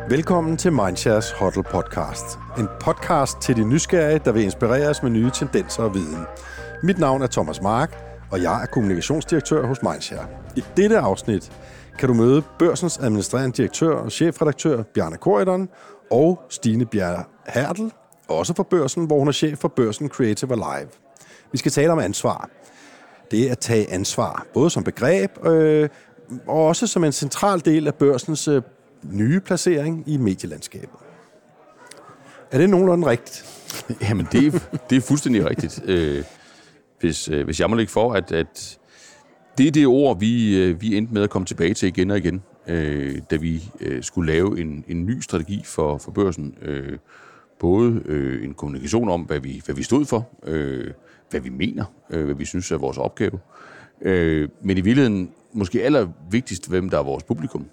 Velkommen til Mindshares Huddle Podcast. En podcast til de nysgerrige, der vil inspireres med nye tendenser og viden. Mit navn er Thomas Mark, og jeg er kommunikationsdirektør hos Mindshare. I dette afsnit kan du møde Børsens administrerende direktør og chefredaktør Bjarne Corydon og Stine Bjerre Hertel, også for Børsen, hvor hun er chef for Børsen Creative Alive. Vi skal tale om ansvar. Det er at tage ansvar, både som begreb og også som en central del af Børsens nye placering i medielandskabet. Er det nogenlunde rigtigt? Jamen, det er fuldstændig rigtigt. Hvis jeg må lægge for, at det er det ord, vi endte med at komme tilbage til igen og igen, da vi skulle lave en ny strategi for Børsen. Både en kommunikation om, hvad vi stod for, hvad vi mener, hvad vi synes er vores opgave, men i virkeligheden måske allervigtigst, hvem der er vores publikum.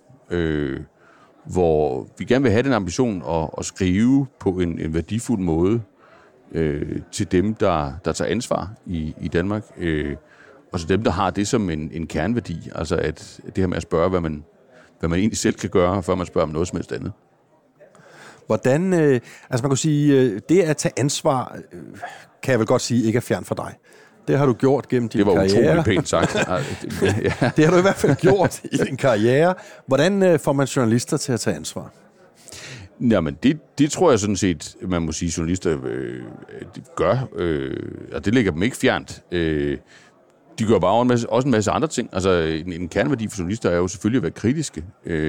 Hvor vi gerne vil have den ambition at skrive på en værdifuld måde til dem, der tager ansvar i Danmark, og til dem, der har det som en kerneværdi. Altså at det her med at spørge, hvad man egentlig selv kan gøre, før man spørger om noget som helst andet. Hvordan, altså man kan sige, det at tage ansvar, kan jeg vel godt sige, ikke er fjern for dig. Det har du gjort gennem din karriere. Det var utroligt pænt sagt. Ja. Det har du i hvert fald gjort i din karriere. Hvordan får man journalister til at tage ansvar? Jamen, det tror jeg sådan set, man må sige, journalister gør. Og det ligger dem ikke fjernt. De gør bare også en masse andre ting. Altså, en kerneværdi for journalister er jo selvfølgelig at være kritiske.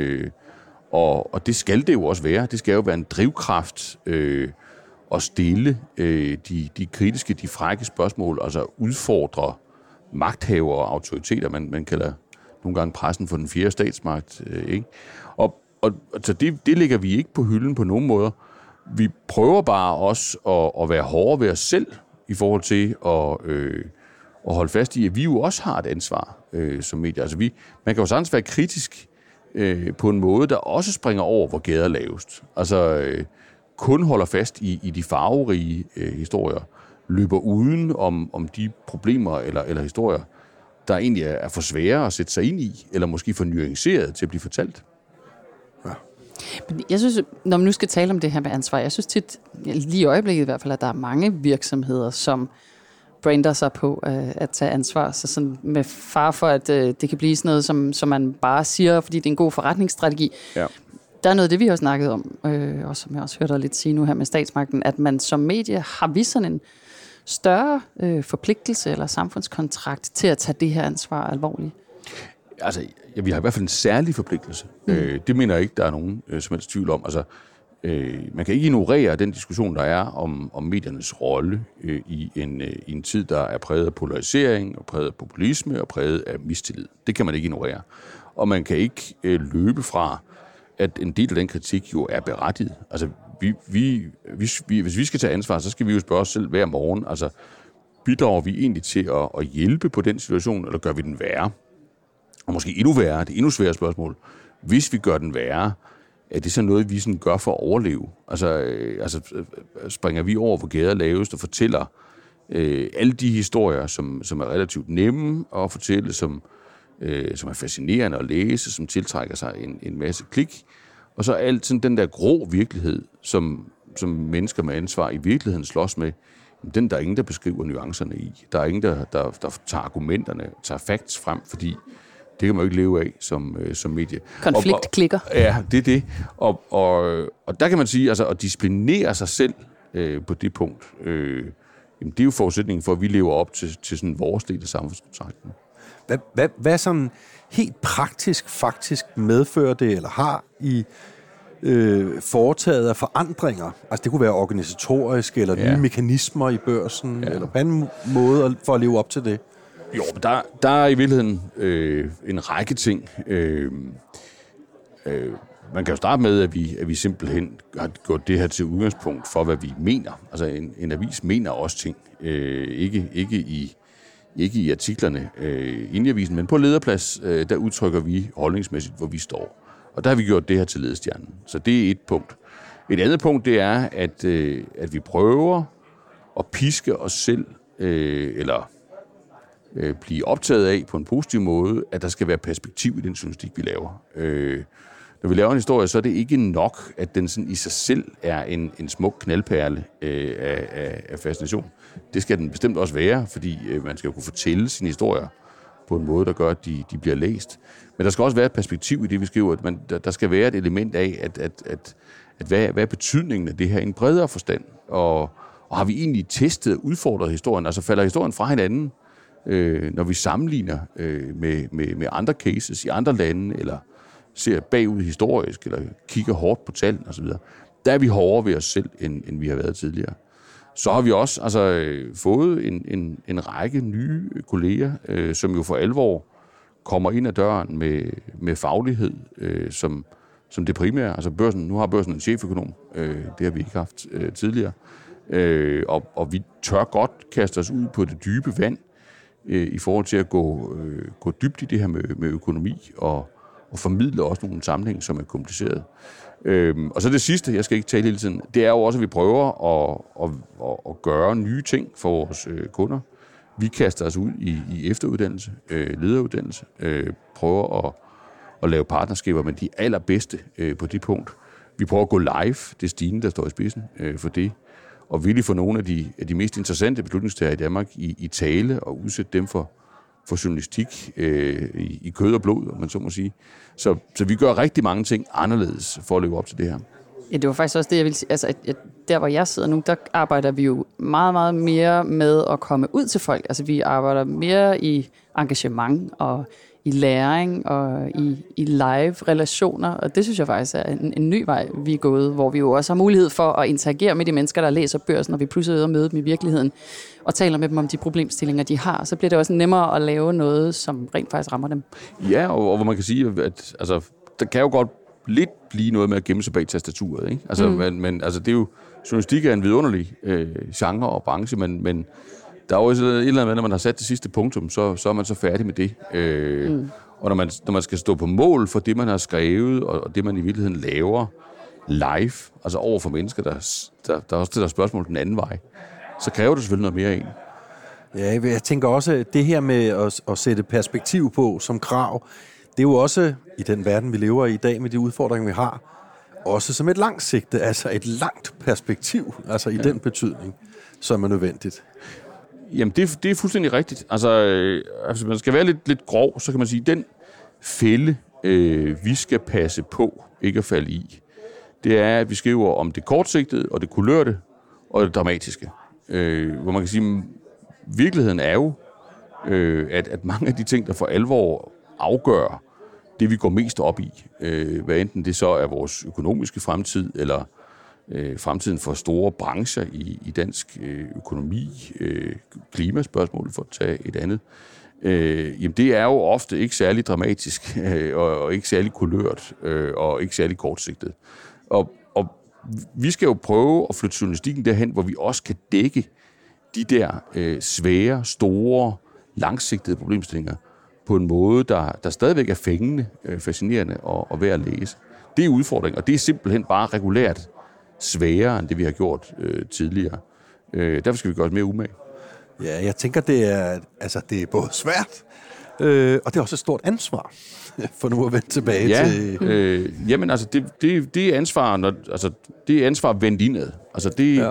Og det skal det jo også være. Det skal jo være en drivkraft at stille de kritiske, de frække spørgsmål, altså udfordre magthavere og autoriteter. Man kalder nogle gange pressen for den fjerde statsmagt. Ikke? Og så det ligger vi ikke på hylden på nogen måder. Vi prøver bare også at være hårde ved os selv i forhold til at holde fast i, at vi jo også har et ansvar som medier. Altså man kan jo sagtens være kritisk på en måde, der også springer over, hvor gæder er lavest. Altså kun holder fast i de farverige historier, løber uden om de problemer eller historier, der egentlig er for svære at sætte sig ind i, eller måske for nuanceret til at blive fortalt. Ja. Men jeg synes, når man nu skal tale om det her med ansvar, jeg synes tit, lige i øjeblikket i hvert fald, at der er mange virksomheder, som brander sig på at tage ansvar, så sådan med far for, at det kan blive sådan noget, som man bare siger, fordi det er en god forretningsstrategi. Ja. Der er noget af det, vi har snakket om, og som jeg også hørte dig lidt sige nu her med statsmagten, at man som medie har vist sådan en større forpligtelse eller samfundskontrakt til at tage det her ansvar alvorligt. Altså, vi har i hvert fald en særlig forpligtelse. Det mener jeg ikke, der er nogen som helst tvivl om. Altså, man kan ikke ignorere den diskussion, der er om mediernes rolle i en tid, der er præget af polarisering, og præget af populisme, og præget af mistillid. Det kan man ikke ignorere. Og man kan ikke løbe fra, at en del af den kritik jo er berettiget. Altså, hvis vi skal tage ansvar, så skal vi jo spørge os selv hver morgen, altså, bidrager vi egentlig til at hjælpe på den situation, eller gør vi den værre? Og måske endnu værre, det endnu sværere spørgsmål, hvis vi gør den værre, er det så noget, vi sådan gør for at overleve? Altså springer vi over, hvor gæder lavest, og fortæller alle de historier, som er relativt nemme at fortælle, som er fascinerende at læse, som tiltrækker sig en masse klik, og så alt sådan den der grå virkelighed, som mennesker med ansvar i virkeligheden slås med, den der er ingen, der beskriver nuancerne i. Der er ingen, der tager argumenterne, tager facts frem, fordi det kan man jo ikke leve af som medie. Konfliktklikker. Ja, det er det. Og der kan man sige, altså at disciplinere sig selv på det punkt, det er jo forudsætningen for, at vi lever op til sådan vores del af samfundskontrakten. Hvad sådan helt praktisk faktisk medfører det, eller har i foretaget af forandringer? Altså det kunne være organisatoriske, eller nye mekanismer i Børsen, eller på anden måde for at leve op til det? Jo, der er i virkeligheden en række ting. Man kan jo starte med, at vi simpelthen har gjort det her til udgangspunkt for, hvad vi mener. Altså en avis mener også ting. Ikke i artiklerne inde i avisen, men på lederplads, der udtrykker vi holdningsmæssigt, hvor vi står. Og der har vi gjort det her til ledestjernen. Så det er et punkt. Et andet punkt, det er, at vi prøver at piske os selv, eller blive optaget af på en positiv måde, at der skal være perspektiv i den journalistik, vi laver. når vi laver en historie, så er det ikke nok, at den sådan i sig selv er en smuk knaldperle af fascination. Det skal den bestemt også være, fordi man skal jo kunne fortælle sine historier på en måde, der gør, at de bliver læst. Men der skal også være et perspektiv i det, vi skriver. Der skal være et element af, at hvad er betydningen af det her i en bredere forstand? Og har vi egentlig testet og udfordret historien? Altså falder historien fra hinanden, når vi sammenligner med andre cases i andre lande, eller ser bagud historisk, eller kigger hårdt på tallene osv. Der er vi hårdere ved os selv, end vi har været tidligere. Så har vi også fået en række nye kolleger, som jo for alvor kommer ind ad døren med faglighed, som det primære. Altså nu har børsen en cheføkonom. Det har vi ikke haft tidligere. Og vi tør godt kaste os ud på det dybe vand i forhold til at gå dybt i det her med økonomi og formidle også nogle sammenhæng, som er kompliceret. Og så det sidste, jeg skal ikke tale hele tiden, det er jo også, at vi prøver at gøre nye ting for vores kunder. Vi kaster os ud i efteruddannelse, lederuddannelse, prøver at lave partnerskaber med de allerbedste på det punkt. Vi prøver at gå live, det er Stine, der står i spidsen for det, og virkelig få nogle af de mest interessante beslutningstagere i Danmark i tale og udsætte dem for journalistik i kød og blod, om man så må sige. Så vi gør rigtig mange ting anderledes for at leve op til det her. Ja, det var faktisk også det, jeg ville sige. Altså, der hvor jeg sidder nu, der arbejder vi jo meget, meget mere med at komme ud til folk. Altså, vi arbejder mere i engagement og i læring og i live-relationer, og det synes jeg faktisk er en ny vej, vi er gået, hvor vi jo også har mulighed for at interagere med de mennesker, der læser børsen, og vi pludselig er møde dem i virkeligheden og taler med dem om de problemstillinger, de har. Så bliver det også nemmere at lave noget, som rent faktisk rammer dem. Ja, og hvor man kan sige, at der kan jo godt lidt blive noget med at gemme sig bag tastaturet, ikke? Altså, men det er jo, journalistik er en vidunderlig genre og branche, men der er jo også et eller andet, når man har sat det sidste punktum, så er man så færdig med det. Og når man skal stå på mål for det, man har skrevet, og det, man i virkeligheden laver live, altså over for mennesker, der også stiller spørgsmål den anden vej, så kræver det selvfølgelig noget mere af en. Ja, jeg tænker også, det her med at sætte perspektiv på som krav, det er jo også i den verden, vi lever i dag, med de udfordringer, vi har, også som et langt sigte, altså et langt perspektiv, altså i den betydning, som er nødvendigt. Jamen, det er fuldstændig rigtigt. Altså man skal være lidt grov, så kan man sige, den fælde, vi skal passe på, ikke at falde i, det er, at vi skriver om det kortsigtede, og det kulørte, og det dramatiske. Hvor man kan sige, virkeligheden er jo, at mange af de ting, der for alvor afgør det, vi går mest op i, hvad enten det så er vores økonomiske fremtid, eller fremtiden for store brancher i dansk økonomi, klimaspørgsmål for at tage et andet, jamen det er jo ofte ikke særlig dramatisk, og ikke særlig kulørt, og ikke særlig kortsigtet. Og vi skal jo prøve at flytte journalistikken derhen, hvor vi også kan dække de der svære, store, langsigtede problemstillinger på en måde, der stadigvæk er fængende, fascinerende og værd at læse. Det er udfordringen, og det er simpelthen bare regulært sværere, end det vi har gjort tidligere. Derfor skal vi gøre os mere umage. Ja, jeg tænker, det er både svært, og det er også et stort ansvar, for nu at vende tilbage til... Jamen, altså, det er ansvar, det er ansvar vendt indad. Altså,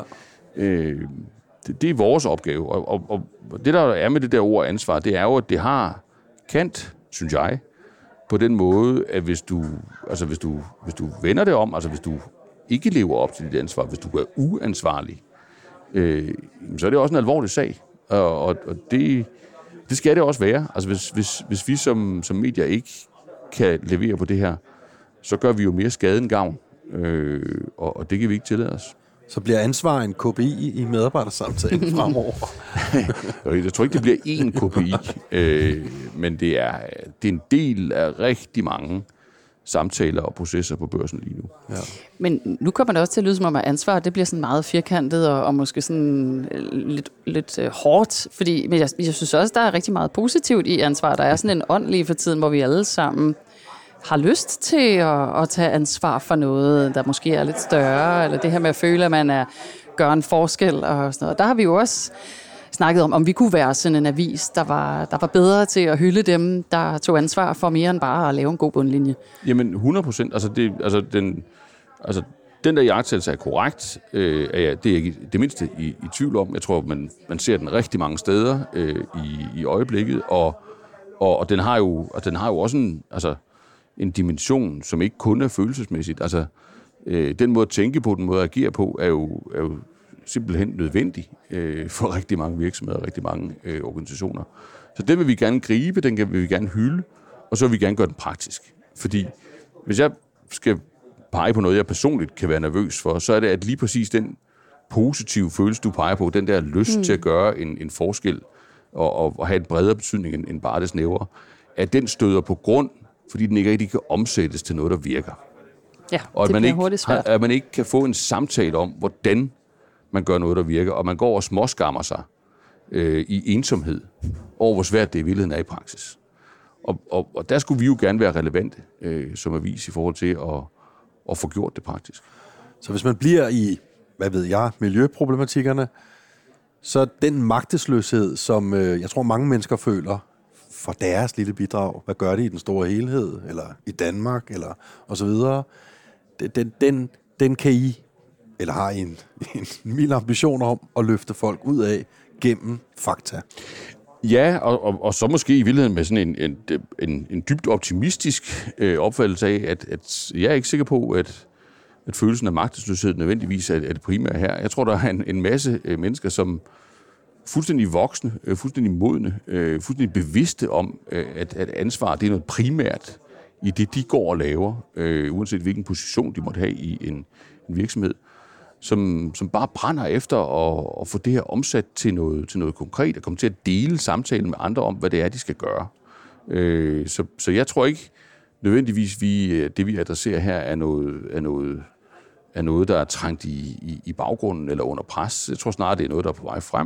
det er vores opgave, og det, der er med det der ord ansvar, det er jo, at det har kant, synes jeg, på den måde, at hvis du vender det om, altså hvis du ikke lever op til dit ansvar, hvis du er uansvarlig, så er det også en alvorlig sag. Og det skal det også være. Altså hvis vi som medier ikke kan levere på det her, så gør vi jo mere skade end gavn. Og det kan vi ikke tillade os. Så bliver ansvar en KPI i medarbejdersamtalen fremover? Jeg tror ikke, det bliver én KPI, men det er en del af rigtig mange samtaler og processer på børsen lige nu. Ja. Men nu kommer det også til at lyde som om, at ansvar det bliver sådan meget firkantet og måske sådan lidt hårdt, men jeg synes også, der er rigtig meget positivt i ansvar. Der er sådan en ånd lige for tiden, hvor vi alle sammen har lyst til at tage ansvar for noget, der måske er lidt større, eller det her med at føle, at man gør en forskel og sådan noget. Der har vi jo også snakket om vi kunne være sådan en avis, der var bedre til at hylde dem, der tog ansvar for mere end bare at lave en god bundlinje. Jamen 100%. Den der iagttagelse er korrekt. Det er jeg ikke det mindste i tvivl om. Jeg tror, man ser den rigtig mange steder i øjeblikket, og den har jo også en dimension, som ikke kun er følelsesmæssigt. Altså, den måde at tænke på, den måde at agere på, er jo simpelthen nødvendig for rigtig mange virksomheder og rigtig mange organisationer. Så den vil vi gerne gribe, den vil vi gerne hylde, og så vil vi gerne gøre den praktisk. Fordi hvis jeg skal pege på noget, jeg personligt kan være nervøs for, så er det, at lige præcis den positive følelse, du peger på, den der lyst til at gøre en forskel og have en bredere betydning end bare det snævre, at den støder på grund, fordi den ikke rigtig kan omsættes til noget, der virker. Ja, og det bliver hurtigt svært. At man ikke kan få en samtale om, hvordan man gør noget, der virker, og man går og småskammer sig i ensomhed over, hvor svært det i virkeligheden er i praksis. Og der skulle vi jo gerne være relevante som avis i forhold til at få gjort det praktisk. Så hvis man bliver i, miljøproblematikkerne, så den magtesløshed, som jeg tror mange mennesker føler for deres lille bidrag, hvad gør de i den store helhed, eller i Danmark, eller og så videre, den kan I, eller har I en mild ambition om at løfte folk ud af gennem fakta. Ja, og så måske i virkeligheden med sådan en dybt optimistisk opfattelse af, at jeg er ikke sikker på, at følelsen af magtesløshed nødvendigvis er det primære her. Jeg tror, der er en masse mennesker, som fuldstændig voksne, fuldstændig modne, fuldstændig bevidste om, at ansvar det er noget primært i det, de går og laver, uanset hvilken position de måtte have i en virksomhed, som bare brænder efter at få det her omsat til noget konkret, og komme til at dele samtalen med andre om, hvad det er, de skal gøre. Så jeg tror ikke nødvendigvis, det vi adresserer her, er noget, der er trængt i baggrunden eller under pres. Jeg tror snarere, det er noget, der er på vej frem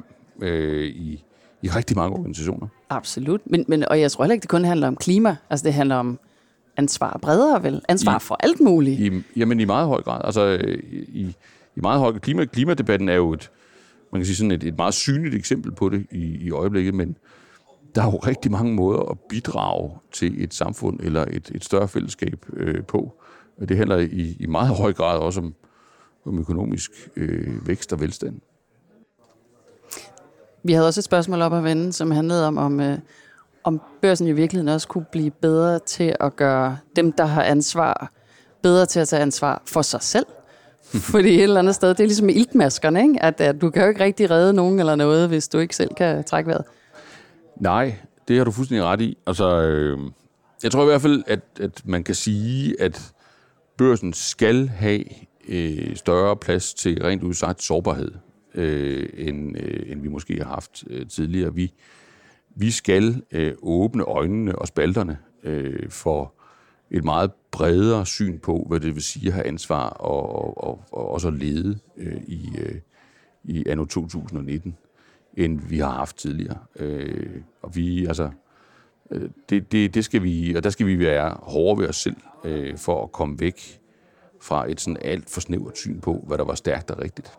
i rigtig mange organisationer. Absolut. Og jeg tror heller ikke, det kun handler om klima. Altså, det handler om ansvar bredere, vel? Ansvar for alt muligt. Jamen, i meget høj grad. Altså, i meget høj klimadebatten er jo man kan sige sådan et meget synligt eksempel på det i øjeblikket, men der er jo rigtig mange måder at bidrage til et samfund eller et større fællesskab på. Det handler i meget høj grad også om økonomisk vækst og velstand. Vi havde også et spørgsmål op at vende, som handlede om børsen i virkeligheden også kunne blive bedre til at gøre dem, der har ansvar, bedre til at tage ansvar for sig selv. Fordi et eller andet sted, det er ligesom med iltmaskerne, ikke? At du kan jo ikke rigtig redde nogen eller noget, hvis du ikke selv kan trække vejret. Nej, det har du fuldstændig ret i. Altså, jeg tror i hvert fald, at man kan sige, at børsen skal have større plads til rent udsagt sårbarhed, end vi måske har haft tidligere. Vi skal åbne øjnene og spalterne for et meget bredere syn på, hvad det vil sige at have ansvar og også at lede i anno 2019, end vi har haft tidligere. Og det skal vi, og der skal vi være hårde ved os selv for at komme væk fra et sådan alt for snævert syn på, hvad der var stærkt og rigtigt.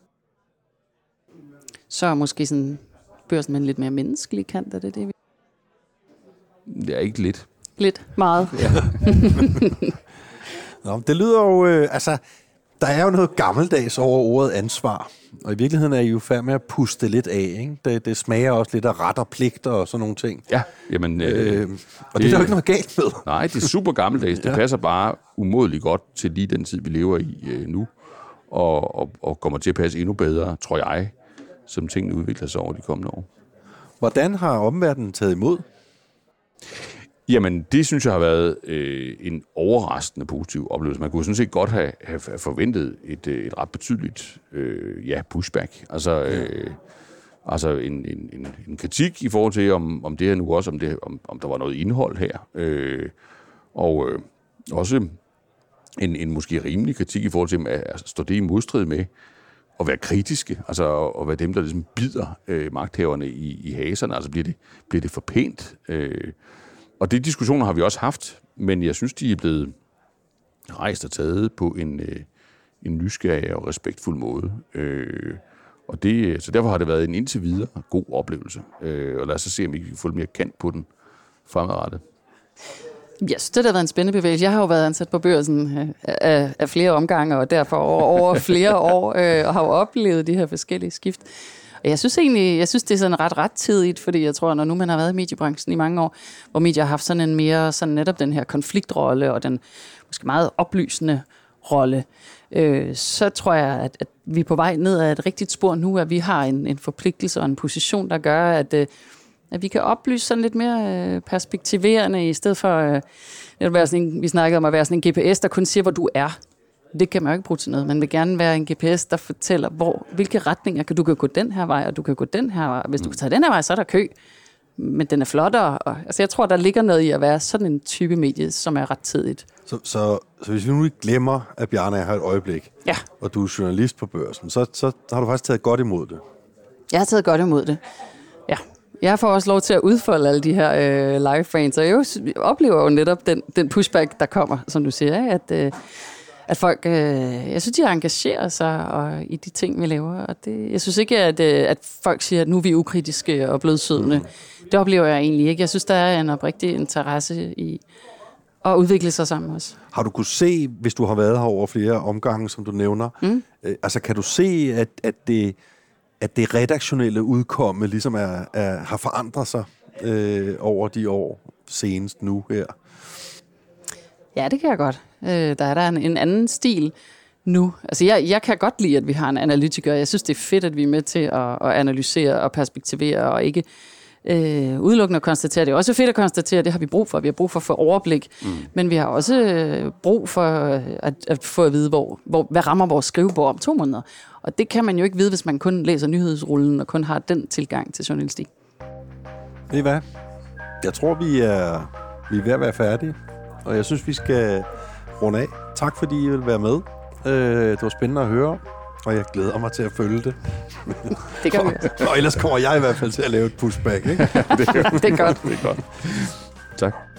Så måske sådan børsen med en lidt mere menneskelig kant, er det det? Det er ikke lidt. Lidt, meget. Ja. Nå, det lyder jo, der er jo noget gammeldags over ordet ansvar, og i virkeligheden er I jo færdig med at puste lidt af, ikke? Det smager også lidt af ret og pligt og sådan nogle ting. Ja, jamen... og det er der jo ikke noget galt med. Nej, det er super gammeldags. Det passer bare umådeligt godt til lige den tid, vi lever i nu, og kommer til at passe endnu bedre, tror jeg, som tingene udvikler sig over de kommende år. Hvordan har omverdenen taget imod? Jamen, det synes jeg har været en overraskende positiv oplevelse. Man kunne sådan set godt have forventet et ret betydeligt pushback. Altså en kritik i forhold til, om det her nu også, om der var noget indhold her. Og også en måske rimelig kritik i forhold til, at står det i modstrid med at være kritiske, altså at være dem, der ligesom bider magthaverne i haserne. Altså bliver det for pænt? Og de diskussioner har vi også haft, men jeg synes, de er blevet rejst og taget på en nysgerrig og respektfuld måde. Og så derfor har det været en indtil videre god oplevelse. Og lad os så se, om vi kan få lidt mere kant på den fremadrettet. Jeg synes, det har været en spændende bevægelse. Jeg har jo været ansat på Børsen af flere omgange, og derfor over flere år, og har jo oplevet de her forskellige skift. Og jeg synes det er sådan ret tidigt, fordi jeg tror, når nu man har været i mediebranchen i mange år, hvor medier har haft sådan en mere, sådan netop den her konfliktrolle, og den måske meget oplysende rolle, så tror jeg, at vi er på vej ned ad et rigtigt spor nu, at vi har en forpligtelse og en position, der gør, at vi kan oplyse sådan lidt mere perspektiverende, i stedet for at være sådan vi snakkede om at være sådan en GPS, der kun siger, hvor du er. Det kan man jo ikke bruge til noget. Man vil gerne være en GPS, der fortæller, hvilke retninger du kan gå den her vej, og du kan gå den her vej. Hvis du kan tage den her vej, så er der kø. Men den er flottere. Altså jeg tror, der ligger noget i at være sådan en type medie, som er ret tidigt. Så hvis vi nu ikke glemmer, at Bjarne har et øjeblik, ja, og du er journalist på Børsen, så har du faktisk taget godt imod det. Jeg har taget godt imod det, ja. Jeg får også lov til at udfolde alle de her live fans, og jeg oplever jo netop den pushback, der kommer, som du siger, at folk, jeg synes, de engagerer sig i de ting, vi laver. Og jeg synes ikke, at folk siger, at nu er vi ukritiske og blødsødende. Det oplever jeg egentlig ikke. Jeg synes, der er en oprigtig interesse i at udvikle sig sammen også. Har du kunne se, hvis du har været her over flere omgange, som du nævner, altså kan du se, at det redaktionelle udkomme ligesom har forandret sig over de år senest nu her? Ja, det kan jeg godt. Der er en anden stil nu. Altså jeg kan godt lide, at vi har en analytiker. Jeg synes, det er fedt, at vi er med til at analysere og perspektivere, og ikke udelukkende at konstatere. Det er også fedt at konstatere, at det har vi brug for. Vi har brug for at få overblik, men vi har også brug for at få at vide, hvad rammer vores skrivebord om 2 måneder. Og det kan man jo ikke vide, hvis man kun læser nyhedsrullen og kun har den tilgang til journalistik. Ved I hvad? Jeg tror, vi er ved at være færdige, og jeg synes, vi skal runde af. Tak, fordi I vil være med. Det var spændende at høre, og jeg glæder mig til at følge det. Det gør vi. Og ellers kommer jeg i hvert fald til at lave et pushback, ikke? Det er godt. Det er godt. Tak.